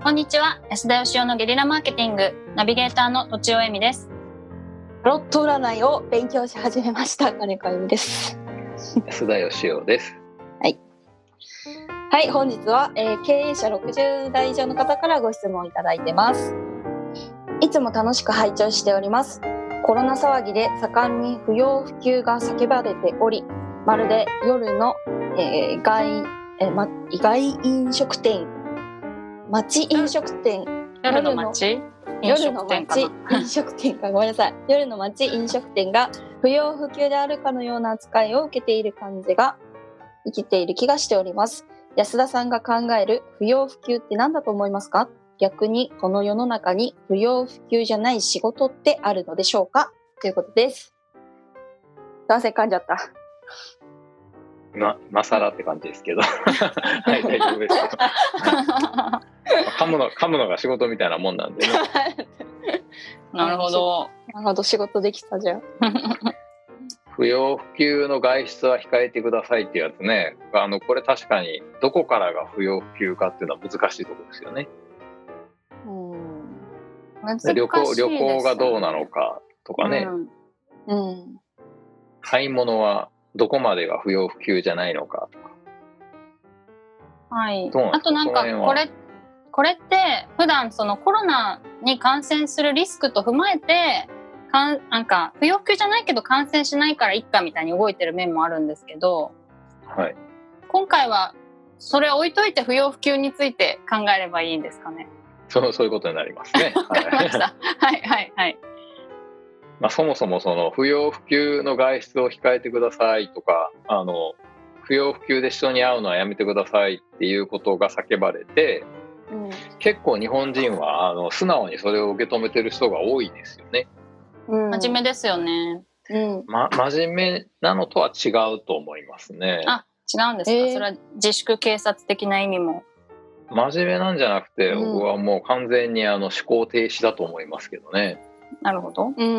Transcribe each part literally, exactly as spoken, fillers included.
こんにちは。安田義雄のゲリラマーケティングナビゲーターのとちおえみです。 タロット占いを勉強し始めました金子由美です。 安田義雄です。 はい、はい、本日は、えー、経営者ろくじゅう代以上の方からご質問いただいてます。いつも楽しく拝聴しております。コロナ騒ぎで盛んに不要不急が叫ばれており、まるで夜の、えー、外、えーま、外飲食店街飲食店夜の街夜の街飲食店かごめんなさい夜の街飲食店が不要不急であるかのような扱いを受けている感じが生きている気がしております。安田さんが考える不要不急って何だと思いますか？逆にこの世の中に不要不急じゃない仕事ってあるのでしょうか？ということです。男性噛んじゃったま、今更って感じですけどはい大丈夫です噛むの噛むのが仕事みたいなもんなんでねなるほどなるほど仕事できたじゃん不要不急の外出は控えてくださいっていうやつね。あのこれ確かにどこからが不要不急かっていうのは難しいところですよね。 うん難しいですね。旅行、旅行がどうなのかとかね、 うんうん、 買い物はどこまでが不要不急じゃないのかとか。 はい。あとなんかこれこれって普段そのコロナに感染するリスクと踏まえてかんなんか不要不急じゃないけど感染しないからいっかみたいに動いてる面もあるんですけど、 はい、 今回はそれ置いといて不要不急について考えればいいんですかね。 そうそういうことになりますね。 わかりました。はいはいはい。 まあ、そもそもその不要不急の外出を控えてくださいとか、あの不要不急で人に会うのはやめてくださいっていうことが叫ばれて、うん、結構日本人はあの素直にそれを受け止めてる人が多いですよね。 うん、真面目ですよね。 うんま、真面目なのとは違うと思いますね。 あ、違うんですか、えー、それは自粛警察的な意味も。 真面目なんじゃなくて、うん、僕はもう完全にあの思考停止だと思いますけどね。 なるほど。うん、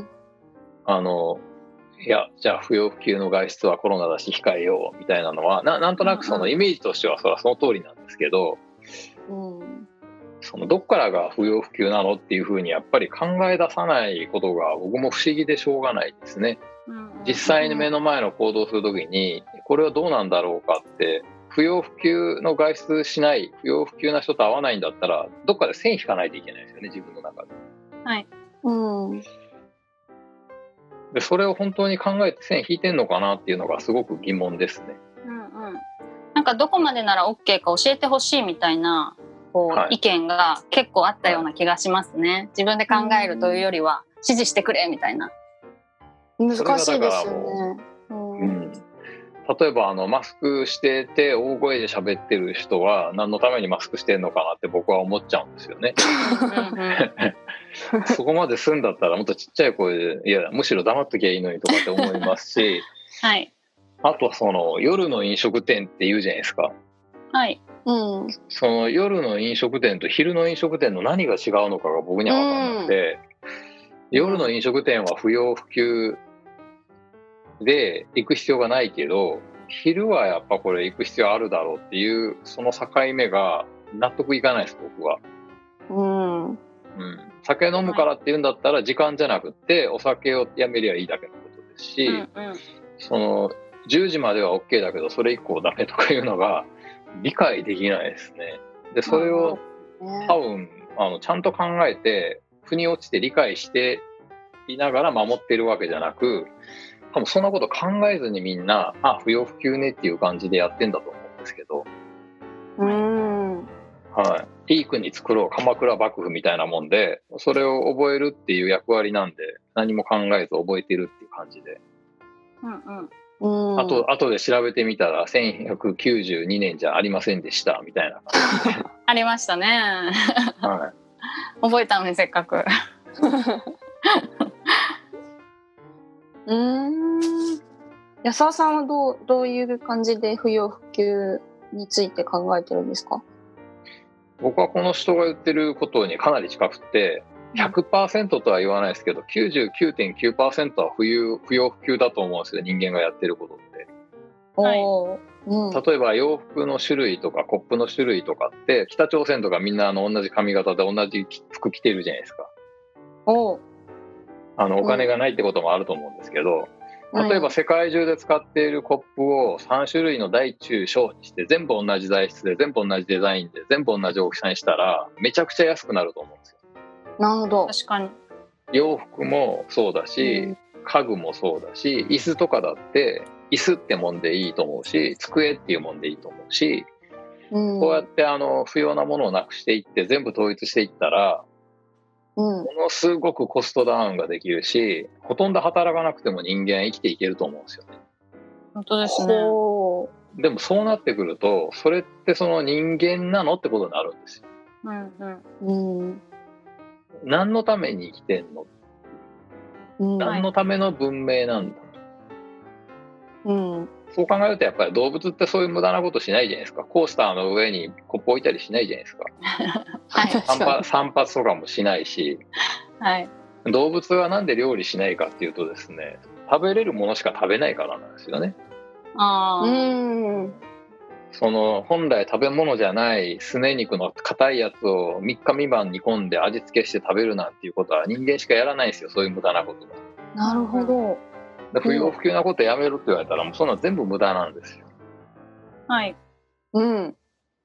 あのいやじゃあ不要不急の外出はコロナだし控えようみたいなのは な, なんとなくそのイメージとしてはそれはその通りなんですけど、うん、そのどっからが不要不急なのっていうふうにやっぱり考え出さないことが僕も不思議でしょうがないですね。うん、実際に目の前の行動するときにこれはどうなんだろうかって不要不急の外出しない不要不急な人と会わないんだったらどっかで線引かないといけないですよね、自分の中で。 はい、 うんでそれを本当に考えて線引いてんのかなっていうのがすごく疑問ですね。 うんうん、なんかどこまでなら OK か教えてほしいみたいなこう、はい、意見が結構あったような気がしますね。自分で考えるというよりは指示してくれみたいな。 難しいですよね。 うんうん、例えばあのマスクしてて大声で喋ってる人は何のためにマスクしてんのかなって僕は思っちゃうんですよね。そこまで済んだったらもっとちっちゃい声でいやむしろ黙っときゃいいのにとかって思いますし、 はい、 あとその夜の飲食店って言うじゃないですか。 はい、 うん、 その夜の飲食店と昼の飲食店の何が違うのかが僕には分かんなくて、うん、夜の飲食店は不要不急で行く必要がないけど昼はやっぱこれ行く必要あるだろうっていうその境目が納得いかないです僕は。 うんうん、酒飲むからっていうんだったら時間じゃなくってお酒をやめりゃいいだけのことですし、うんうん、そのじゅうじまでは OK だけどそれ以降ダメとかいうのが理解できないですね。でそれを多分あのちゃんと考えて腑に落ちて理解していながら守ってるわけじゃなく多分そんなこと考えずにみんなあ不要不急ねっていう感じでやってんだと思うんですけど、 うんはい、いい国作ろう鎌倉幕府みたいなもんでそれを覚えるっていう役割なんで何も考えず覚えてるっていう感じで、 うんうん、 あと後で調べてみたらせんひゃくきゅうじゅうにねんじゃありませんでしたみたいな感じでありましたね、 はい、 覚えたのにせっかくうーん安田さんはどう、どういう感じで不要不急について考えてるんですか？ 僕はこの人が言ってることにかなり近くて ひゃくパーセント とは言わないですけど きゅうじゅうきゅうてんきゅうパーセント は不要、不要不急だと思うんですよ人間がやってることって。 はいうん、例えば洋服の種類とかコップの種類とかって北朝鮮とかみんなあの同じ髪型で同じ服着てるじゃないですか。 おあのお金がないってこともあると思うんですけど、うん、例えば世界中で使っているコップをさん種類の大中小にして全部同じ材質で全部同じデザインで全部同じ大きさにしたらめちゃくちゃ安くなると思うんですよ。 なるほど。 確かに洋服もそうだし、うん、家具もそうだし椅子とかだって椅子ってもんでいいと思うし机っていうもんでいいと思うし、うん、こうやってあの不要なものをなくしていって全部統一していったら、うん、ものすごくコストダウンができるしほとんど働かなくても人間生きていけると思うんですよね。 本当ですね。 でもそうなってくるとそれってその人間なのってことになるんですよ。 うんうんうん、 何のために生きてんの、うん、何のための文明なんだ、うん、そう考えるとやっぱり動物ってそういう無駄なことしないじゃないですか。コースターの上にコップ置いたりしないじゃないですか。はい、散髪、散髪とかもしないし、 はい、 動物はなんで料理しないかっていうとですね食べれるものしか食べないからなんですよね。 あうんその本来食べ物じゃないすね肉の硬いやつをみっか未満煮込んで味付けして食べるなんていうことは人間しかやらないんですよ。そういう無駄なことが。 なるほど。 不要不急なことやめるって言われたらもうそんな全部無駄なんですよ。 はいうん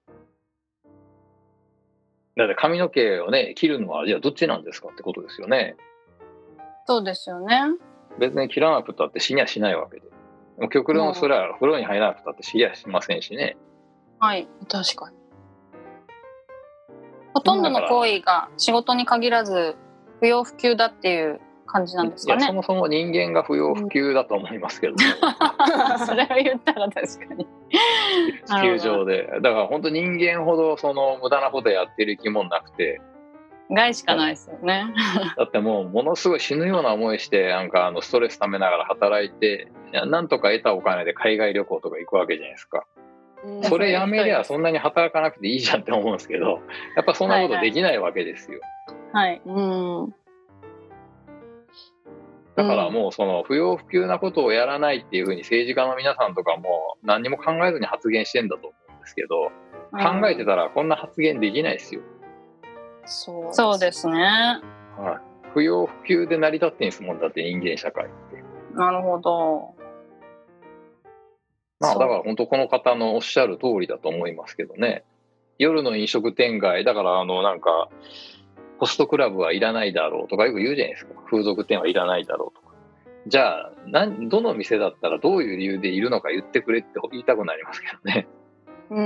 だって髪の毛をね切るのはじゃあどっちなんですかってことですよね。 そうですよね。 別に切らなくたって死にはしないわけで極論それは風呂に入らなくたって死にはしませんしね。 はい確かにほとんどの行為が仕事に限らず不要不急だっていう感じなんですかね。 いやそもそも人間が不要不急だと思いますけど、ね、 それを言ったら確かに地球上でだから本当人間ほどその無駄なことやってる生き物なくて害しかないですよね。 だってもうものすごい死ぬような思いしてなんかあのストレスためながら働いてなんとか得たお金で海外旅行とか行くわけじゃないですか。うん、それやめりゃそんなに働かなくていいじゃんって思うんですけどやっぱそんなことできないわけですよ。 はい、はい、うんだからもうその不要不急なことをやらないっていうふうに政治家の皆さんとかも何にも考えずに発言してんだと思うんですけど、うん、考えてたらこんな発言できないですよ。 そう、そうですね、 はい、不要不急で成り立ってんですもんだって人間社会って。 なるほど。 まあだから本当この方のおっしゃる通りだと思いますけどね。夜の飲食店街だからあのなんかホストクラブはいらないだろうとかよく言うじゃないですか。風俗店はいらないだろうとか。じゃあ何どの店だったらどういう理由でいるのか言ってくれって言いたくなりますけどね。 うん、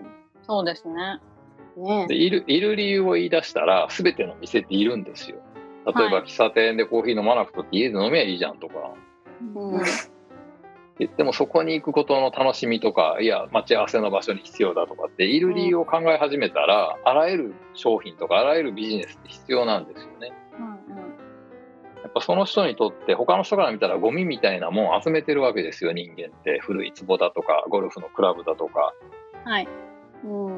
そうですね。 ねでいるいる理由を言い出したら全ての店っているんですよ。例えば喫茶店でコーヒー飲まなくとって家で飲めばいいじゃんとか、うん、言ってもそこに行くことの楽しみとかいや待ち合わせの場所に必要だとかっている理由を考え始めたら、うん、あらゆる商品とかあらゆるビジネスって必要なんですよね。うんうん、やっぱその人にとって他の人から見たらゴミみたいなもん集めてるわけですよ。人間って古い壺だとかゴルフのクラブだとか、 はいうん、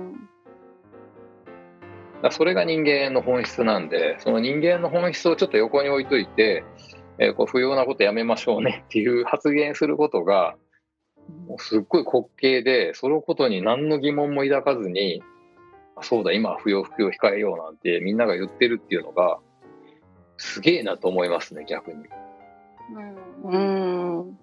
だそれが人間の本質なんでその人間の本質をちょっと横に置いといてえー、こう不要なことやめましょうねっていう発言することがもうすっごい滑稽でそのことに何の疑問も抱かずにそうだ今は不要不急を控えようなんてみんなが言ってるっていうのがすげえなと思いますね逆に。 うん、うん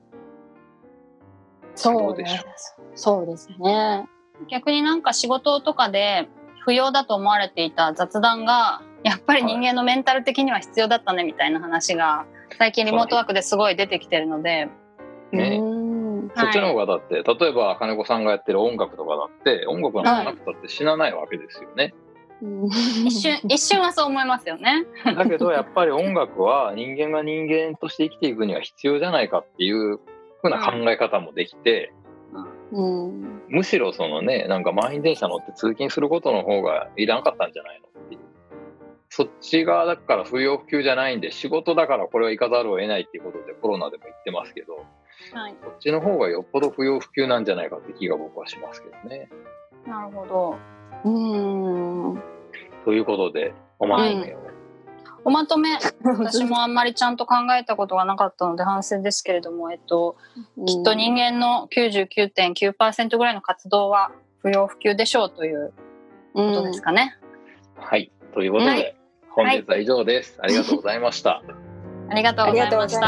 そうです。そうですね。 逆になんか仕事とかで不要だと思われていた雑談がやっぱり人間のメンタル的には必要だったねみたいな話が最近リモートワークですごい出てきてるので、 ね、うんそっちの方がだって、はい、例えば金子さんがやってる音楽とかだって音楽がなくたって死なないわけですよね、 はい、一瞬一瞬はそう思いますよねだけどやっぱり音楽は人間が人間として生きていくには必要じゃないかっていうふうな考え方もできて、うん、むしろそのねなんか満員電車乗って通勤することの方がいらんかったんじゃないのっていうそっち側だから不要不急じゃないんで仕事だからこれは行かざるを得ないっていうことでコロナでも言ってますけど、はい、こっちの方がよっぽど不要不急なんじゃないかって気が僕はしますけどね。 なるほど。 うーんということでおまとめを、 おまとめ私もあんまりちゃんと考えたことがなかったので反省ですけれども、えっと、きっと人間の きゅうじゅうきゅうてんきゅうパーセント ぐらいの活動は不要不急でしょうということですかね。 はいということで、はい、本日は以上です、はい、ありがとうございましたありがとうございました。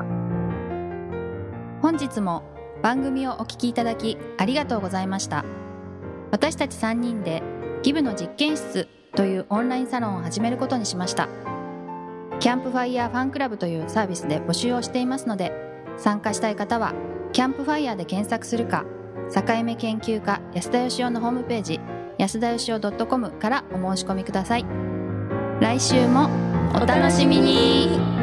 本日も番組をお聞きいただきありがとうございました。私たちさんにんでギブの実験室というオンラインサロンを始めることにしました。キャンプファイヤーファンクラブというサービスで募集をしていますので、参加したい方はキャンプファイヤーで検索するか、境目研究家安田義雄のホームページ安田義雄 .com からお申し込みください。来週もお楽しみに。